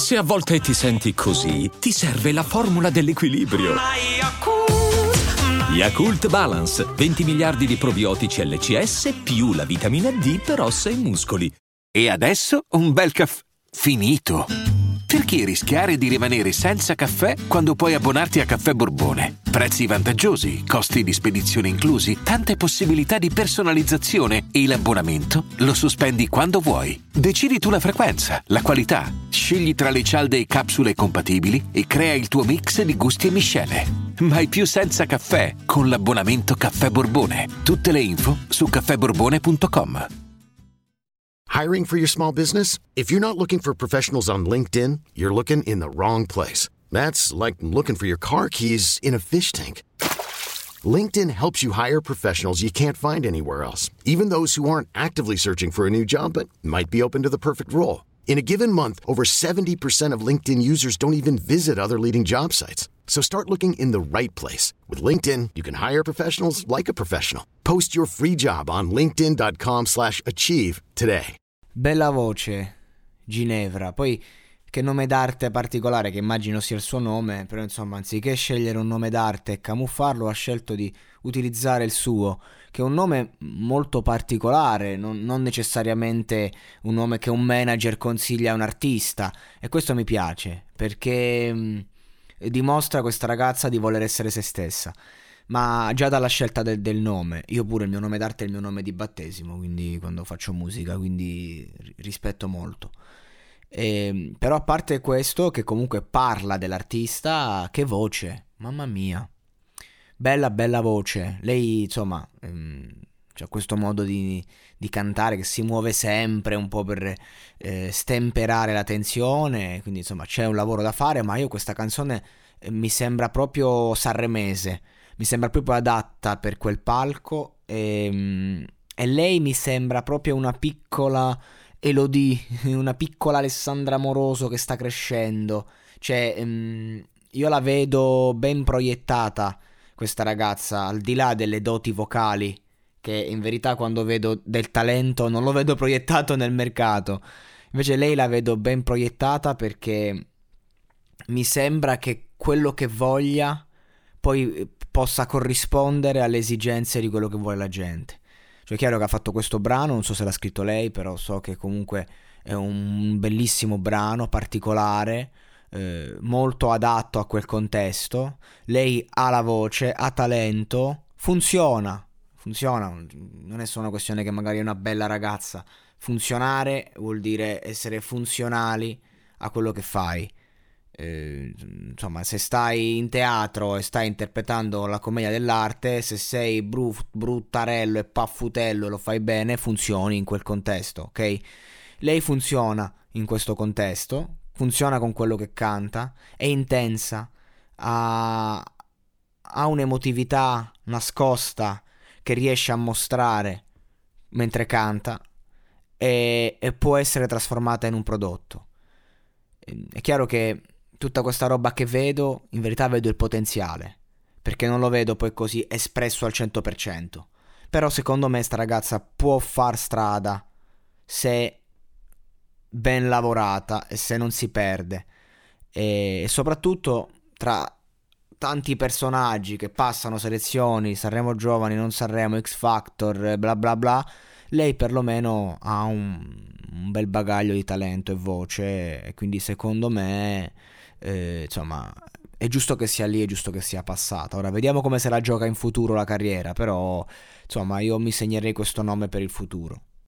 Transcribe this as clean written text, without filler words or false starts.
Se a volte ti senti così, ti serve la formula dell'equilibrio. Yakult Balance, 20 miliardi di probiotici LCS più la vitamina D per ossa e muscoli. E adesso un bel caffè finito. Perché rischiare di rimanere senza caffè quando puoi abbonarti a Caffè Borbone? Prezzi vantaggiosi, costi di spedizione inclusi, tante possibilità di personalizzazione e l'abbonamento lo sospendi quando vuoi. Decidi tu la frequenza, la qualità, scegli tra le cialde e capsule compatibili e crea il tuo mix di gusti e miscele. Mai più senza caffè con l'abbonamento Caffè Borbone. Tutte le info su caffèborbone.com. Hiring for your small business? If you're not looking for professionals on LinkedIn, you're looking in the wrong place. That's like looking for your car keys in a fish tank. LinkedIn helps you hire professionals you can't find anywhere else, even those who aren't actively searching for a new job but might be open to the perfect role. In a given month, over 70% of LinkedIn users don't even visit other leading job sites. So start looking in the right place. With LinkedIn, you can hire professionals like a professional. Post your free job on linkedin.com/achieve today. Bella voce, Ginevra. Poi che nome d'arte particolare, che immagino sia il suo nome, però insomma, anziché scegliere un nome d'arte e camuffarlo, ha scelto di utilizzare il suo, che è un nome molto particolare, non necessariamente un nome che un manager consiglia a un artista, e questo mi piace, perché dimostra questa ragazza di voler essere se stessa. Ma già dalla scelta del nome, io pure il mio nome d'arte è il mio nome di battesimo, quindi quando faccio musica, quindi rispetto molto. Però a parte questo, che comunque parla dell'artista, che voce, mamma mia, bella voce. Lei insomma c'ha questo modo di cantare che si muove sempre un po' per stemperare la tensione, quindi insomma c'è un lavoro da fare, ma io questa canzone mi sembra proprio sanremese. Mi sembra proprio adatta per quel palco e lei mi sembra proprio una piccola Elodie, una piccola Alessandra Moroso che sta crescendo. Cioè, io la vedo ben proiettata, questa ragazza, al di là delle doti vocali, che in verità quando vedo del talento non lo vedo proiettato nel mercato. Invece lei la vedo ben proiettata, perché mi sembra che quello che voglia poi possa corrispondere alle esigenze di quello che vuole la gente. Cioè è chiaro che ha fatto questo brano, non so se l'ha scritto lei, però so che comunque è un bellissimo brano, particolare, molto adatto a quel contesto. Lei ha la voce, ha talento, funziona, non è solo una questione che magari è una bella ragazza. Funzionare vuol dire essere funzionali a quello che fai. Insomma, se stai in teatro e stai interpretando la commedia dell'arte, se sei bruttarello e paffutello e lo fai bene, funzioni in quel contesto, ok? Lei funziona in questo contesto, funziona con quello che canta, è intensa, ha un'emotività nascosta che riesce a mostrare mentre canta e può essere trasformata in un prodotto. È chiaro che tutta questa roba che vedo, in verità vedo il potenziale, perché non lo vedo poi così espresso al 100%. Però secondo me sta ragazza può far strada se ben lavorata e se non si perde. E soprattutto tra tanti personaggi che passano selezioni, Sanremo Giovani, non Sanremo, X Factor, bla bla bla, lei perlomeno ha un bel bagaglio di talento e voce, e quindi secondo me insomma è giusto che sia lì, è giusto che sia passata. Ora vediamo come se la gioca in futuro la carriera, però insomma io mi segnerei questo nome per il futuro.